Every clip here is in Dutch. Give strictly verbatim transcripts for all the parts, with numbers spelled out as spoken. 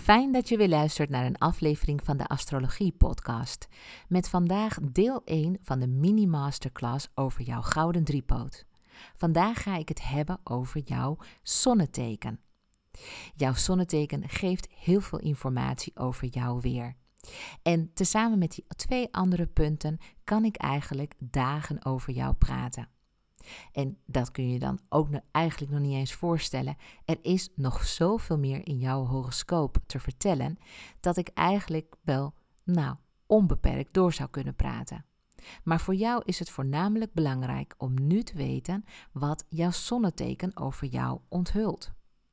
Fijn dat je weer luistert naar een aflevering van de Astrologie Podcast. Met vandaag deel één van de mini-masterclass over jouw gouden driepoot. Vandaag ga ik het hebben over jouw zonneteken. Jouw zonneteken geeft heel veel informatie over jouw weer. En tezamen met die twee andere punten kan ik eigenlijk dagen over jou praten. En dat kun je dan ook nog, eigenlijk nog niet eens voorstellen. Er is nog zoveel meer in jouw horoscoop te vertellen, dat ik eigenlijk wel, nou, onbeperkt door zou kunnen praten. Maar voor jou is het voornamelijk belangrijk om nu te weten wat jouw zonneteken over jou onthult.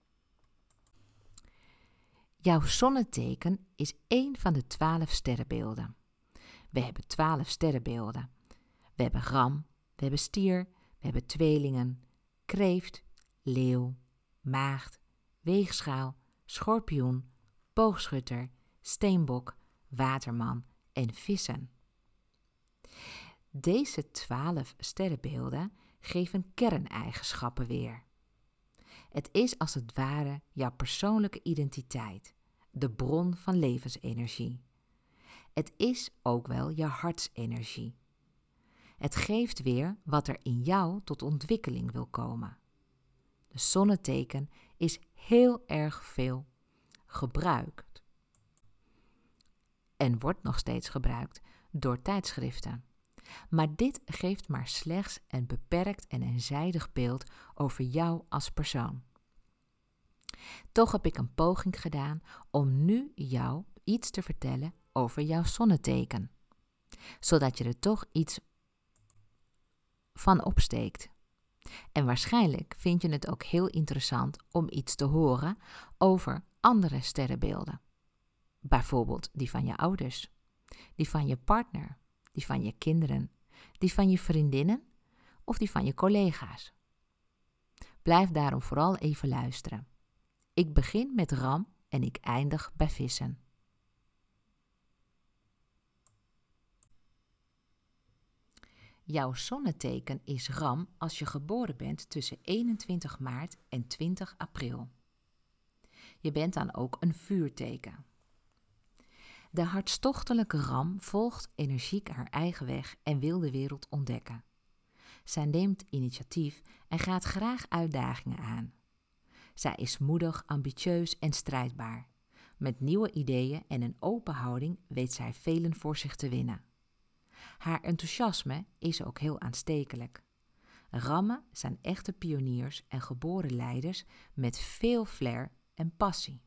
Jouw zonneteken is één van de twaalf sterrenbeelden. We hebben twaalf sterrenbeelden. We hebben ram, we hebben stier, we hebben tweelingen, kreeft, leeuw, maagd, weegschaal, schorpioen, boogschutter, steenbok, waterman en vissen. Deze twaalf sterrenbeelden geven kerneigenschappen weer. Het is als het ware jouw persoonlijke identiteit, de bron van levensenergie. Het is ook wel jouw hartsenergie. Het geeft weer wat er in jou tot ontwikkeling wil komen. De zonneteken is heel erg veel gebruikt en wordt nog steeds gebruikt door tijdschriften. Maar dit geeft maar slechts een beperkt en eenzijdig beeld over jou als persoon. Toch heb ik een poging gedaan om nu jou iets te vertellen over jouw zonneteken, zodat je er toch iets van opsteekt. En waarschijnlijk vind je het ook heel interessant om iets te horen over andere sterrenbeelden. Bijvoorbeeld die van je ouders, die van je partner, die van je kinderen, die van je vriendinnen of die van je collega's. Blijf daarom vooral even luisteren. Ik begin met ram en ik eindig bij vissen. Jouw zonneteken is ram als je geboren bent tussen eenentwintig maart en twintig april. Je bent dan ook een vuurteken. De hartstochtelijke ram volgt energiek haar eigen weg en wil de wereld ontdekken. Zij neemt initiatief en gaat graag uitdagingen aan. Zij is moedig, ambitieus en strijdbaar. Met nieuwe ideeën en een open houding weet zij velen voor zich te winnen. Haar enthousiasme is ook heel aanstekelijk. Rammen zijn echte pioniers en geboren leiders met veel flair en passie.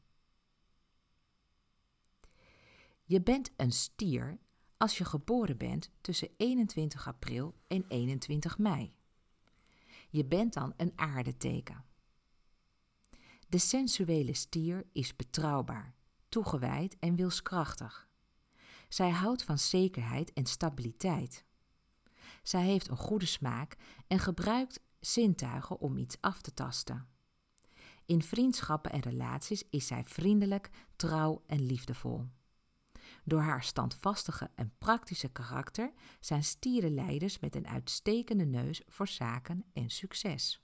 Je bent een stier als je geboren bent tussen eenentwintig april en eenentwintig mei. Je bent dan een aardeteken. De sensuele stier is betrouwbaar, toegewijd en wilskrachtig. Zij houdt van zekerheid en stabiliteit. Zij heeft een goede smaak en gebruikt zintuigen om iets af te tasten. In vriendschappen en relaties is zij vriendelijk, trouw en liefdevol. Door haar standvastige en praktische karakter zijn stieren leiders met een uitstekende neus voor zaken en succes.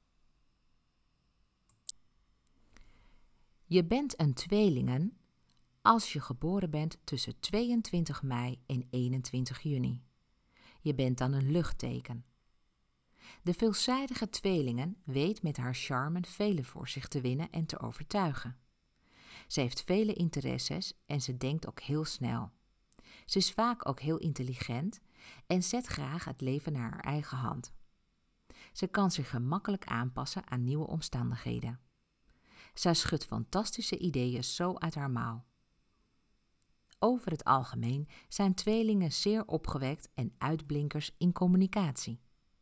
Je bent een tweelingen als je geboren bent tussen tweeëntwintig mei en eenentwintig juni. Je bent dan een luchtteken. De veelzijdige tweelingen weet met haar charme velen voor zich te winnen en te overtuigen. Ze heeft vele interesses en ze denkt ook heel snel. Ze is vaak ook heel intelligent en zet graag het leven naar haar eigen hand. Ze kan zich gemakkelijk aanpassen aan nieuwe omstandigheden. Zij schudt fantastische ideeën zo uit haar mouw. Over het algemeen zijn tweelingen zeer opgewekt en uitblinkers in communicatie.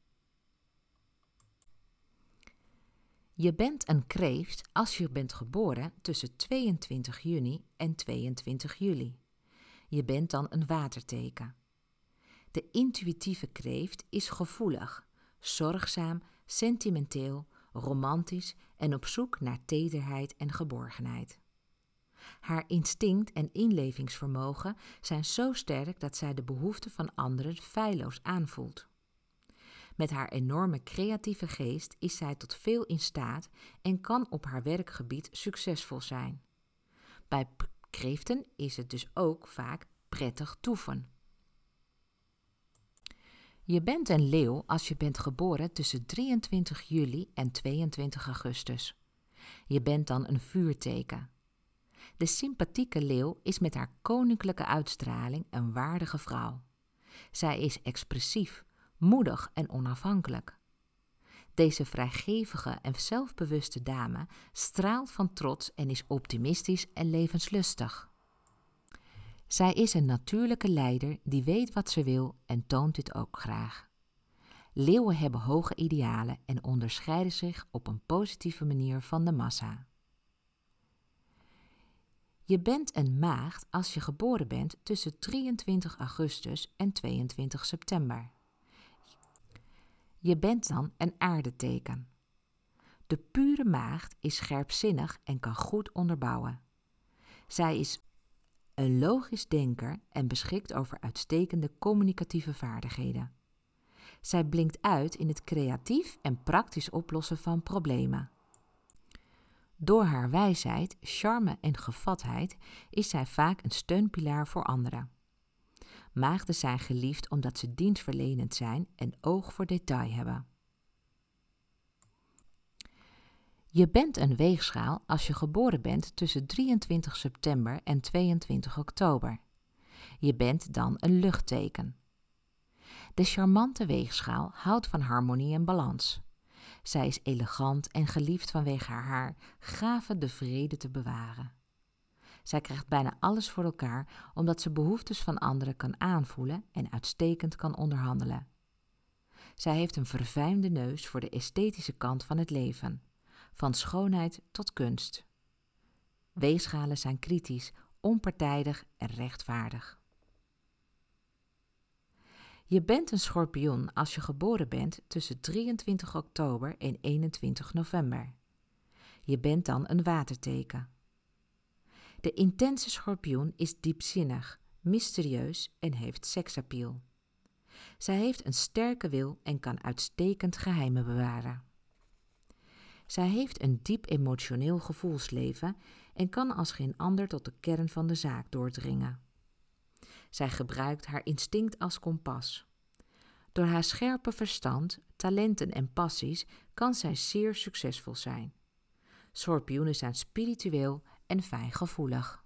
Je bent een kreeft als je bent geboren tussen tweeëntwintig juni en tweeëntwintig juli. Je bent dan een waterteken. De intuïtieve kreeft is gevoelig, zorgzaam, sentimenteel, romantisch en op zoek naar tederheid en geborgenheid. Haar instinct en inlevingsvermogen zijn zo sterk dat zij de behoeften van anderen feilloos aanvoelt. Met haar enorme creatieve geest is zij tot veel in staat en kan op haar werkgebied succesvol zijn. Bij kreeften is het dus ook vaak prettig toeven. Je bent een leeuw als je bent geboren tussen drieëntwintig juli en tweeëntwintig augustus. Je bent dan een vuurteken. De sympathieke leeuw is met haar koninklijke uitstraling een waardige vrouw. Zij is expressief, moedig en onafhankelijk. Deze vrijgevige en zelfbewuste dame straalt van trots en is optimistisch en levenslustig. Zij is een natuurlijke leider die weet wat ze wil en toont dit ook graag. Leeuwen hebben hoge idealen en onderscheiden zich op een positieve manier van de massa. Je bent een maagd als je geboren bent tussen drieëntwintig augustus en tweeëntwintig september. Je bent dan een aardeteken. De pure maagd is scherpzinnig en kan goed onderbouwen. Zij is een logisch denker en beschikt over uitstekende communicatieve vaardigheden. Zij blinkt uit in het creatief en praktisch oplossen van problemen. Door haar wijsheid, charme en gevatheid is zij vaak een steunpilaar voor anderen. Maagden zijn geliefd omdat ze dienstverlenend zijn en oog voor detail hebben. Je bent een weegschaal als je geboren bent tussen drieëntwintig september en tweeëntwintig oktober. Je bent dan een luchtteken. De charmante weegschaal houdt van harmonie en balans. Zij is elegant en geliefd vanwege haar gave de vrede te bewaren. Zij krijgt bijna alles voor elkaar omdat ze behoeftes van anderen kan aanvoelen en uitstekend kan onderhandelen. Zij heeft een verfijnde neus voor de esthetische kant van het leven, van schoonheid tot kunst. Weegschalen zijn kritisch, onpartijdig en rechtvaardig. Je bent een schorpioen als je geboren bent tussen drieëntwintig oktober en eenentwintig november. Je bent dan een waterteken. De intense schorpioen is diepzinnig, mysterieus en heeft seksappeal. Zij heeft een sterke wil en kan uitstekend geheimen bewaren. Zij heeft een diep emotioneel gevoelsleven en kan als geen ander tot de kern van de zaak doordringen. Zij gebruikt haar instinct als kompas. Door haar scherpe verstand, talenten en passies kan zij zeer succesvol zijn. Schorpioenen zijn spiritueel en fijngevoelig.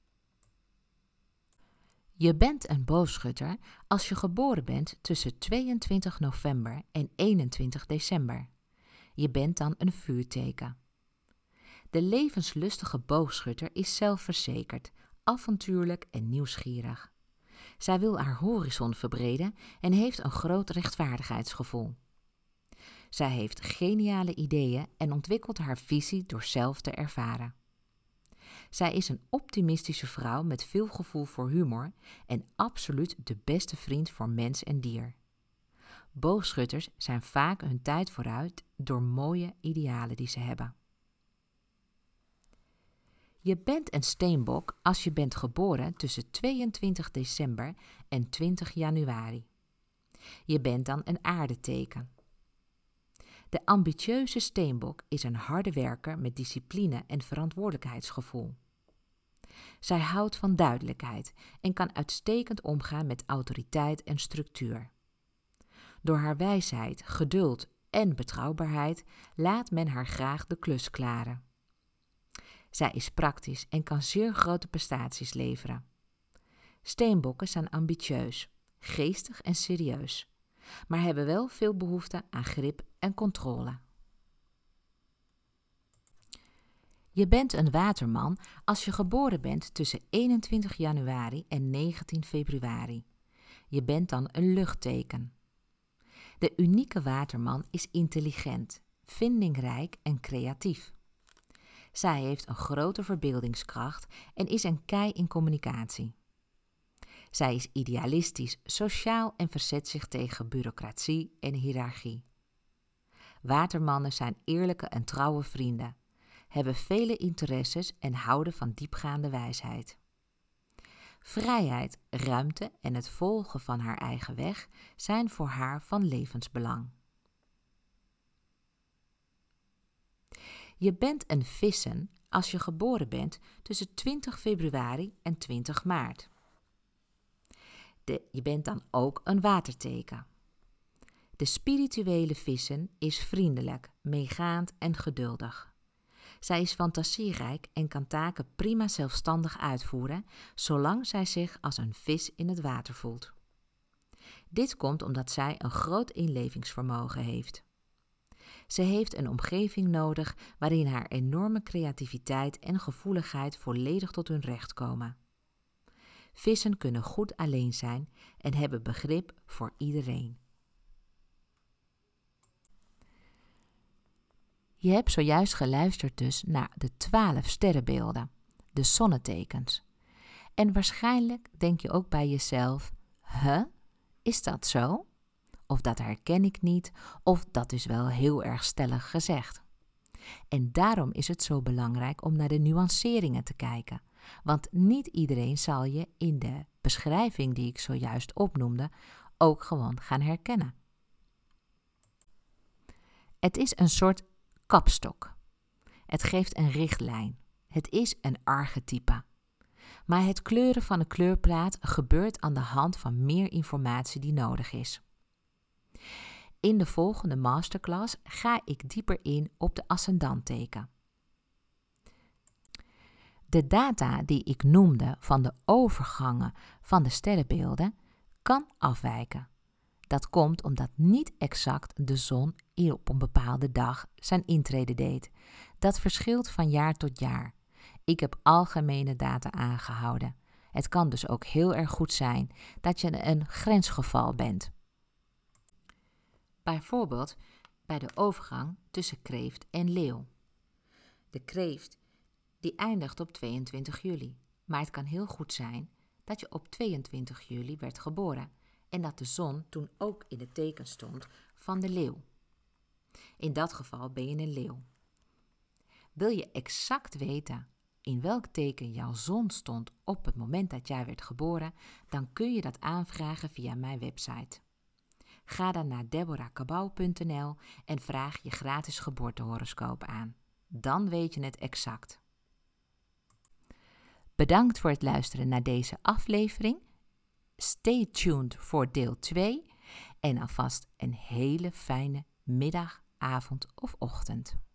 Je bent een boogschutter als je geboren bent tussen tweeëntwintig november en eenentwintig december. Je bent dan een vuurteken. De levenslustige boogschutter is zelfverzekerd, avontuurlijk en nieuwsgierig. Zij wil haar horizon verbreden en heeft een groot rechtvaardigheidsgevoel. Zij heeft geniale ideeën en ontwikkelt haar visie door zelf te ervaren. Zij is een optimistische vrouw met veel gevoel voor humor en absoluut de beste vriend voor mens en dier. Boogschutters zijn vaak hun tijd vooruit door mooie idealen die ze hebben. Je bent een steenbok als je bent geboren tussen tweeëntwintig december en twintig januari. Je bent dan een aardeteken. De ambitieuze steenbok is een harde werker met discipline en verantwoordelijkheidsgevoel. Zij houdt van duidelijkheid en kan uitstekend omgaan met autoriteit en structuur. Door haar wijsheid, geduld en betrouwbaarheid laat men haar graag de klus klaren. Zij is praktisch en kan zeer grote prestaties leveren. Steenbokken zijn ambitieus, geestig en serieus, maar hebben wel veel behoefte aan grip en controle. Je bent een waterman als je geboren bent tussen eenentwintig januari en negentien februari. Je bent dan een luchtteken. De unieke waterman is intelligent, vindingrijk en creatief. Zij heeft een grote verbeeldingskracht en is een kei in communicatie. Zij is idealistisch, sociaal en verzet zich tegen bureaucratie en hiërarchie. Watermannen zijn eerlijke en trouwe vrienden, hebben vele interesses en houden van diepgaande wijsheid. Vrijheid, ruimte en het volgen van haar eigen weg zijn voor haar van levensbelang. Je bent een vissen als je geboren bent tussen twintig februari en twintig maart. De, je bent dan ook een waterteken. De spirituele vissen is vriendelijk, meegaand en geduldig. Zij is fantasierijk en kan taken prima zelfstandig uitvoeren, zolang zij zich als een vis in het water voelt. Dit komt omdat zij een groot inlevingsvermogen heeft. Ze heeft een omgeving nodig waarin haar enorme creativiteit en gevoeligheid volledig tot hun recht komen. Vissen kunnen goed alleen zijn en hebben begrip voor iedereen. Je hebt zojuist geluisterd dus naar de twaalf sterrenbeelden, de zonnetekens. En waarschijnlijk denk je ook bij jezelf, huh, is dat zo? Of dat herken ik niet, of dat is wel heel erg stellig gezegd. En daarom is het zo belangrijk om naar de nuanceringen te kijken. Want niet iedereen zal je in de beschrijving die ik zojuist opnoemde ook gewoon gaan herkennen. Het is een soort kapstok. Het geeft een richtlijn. Het is een archetype. Maar het kleuren van een kleurplaat gebeurt aan de hand van meer informatie die nodig is. In de volgende masterclass ga ik dieper in op de ascendanteken. De data die ik noemde van de overgangen van de sterrenbeelden kan afwijken. Dat komt omdat niet exact de zon hier op een bepaalde dag zijn intrede deed. Dat verschilt van jaar tot jaar. Ik heb algemene data aangehouden. Het kan dus ook heel erg goed zijn dat je een grensgeval bent. Bijvoorbeeld bij de overgang tussen kreeft en leeuw. De kreeft die eindigt op tweeëntwintig juli. Maar het kan heel goed zijn dat je op tweeëntwintig juli werd geboren en dat de zon toen ook in het teken stond van de leeuw. In dat geval ben je een leeuw. Wil je exact weten in welk teken jouw zon stond op het moment dat jij werd geboren, dan kun je dat aanvragen via mijn website. Ga dan naar deborah cabau punt n l en vraag je gratis geboortehoroscoop aan. Dan weet je het exact. Bedankt voor het luisteren naar deze aflevering. Stay tuned voor deel twee en alvast een hele fijne middag, avond of ochtend.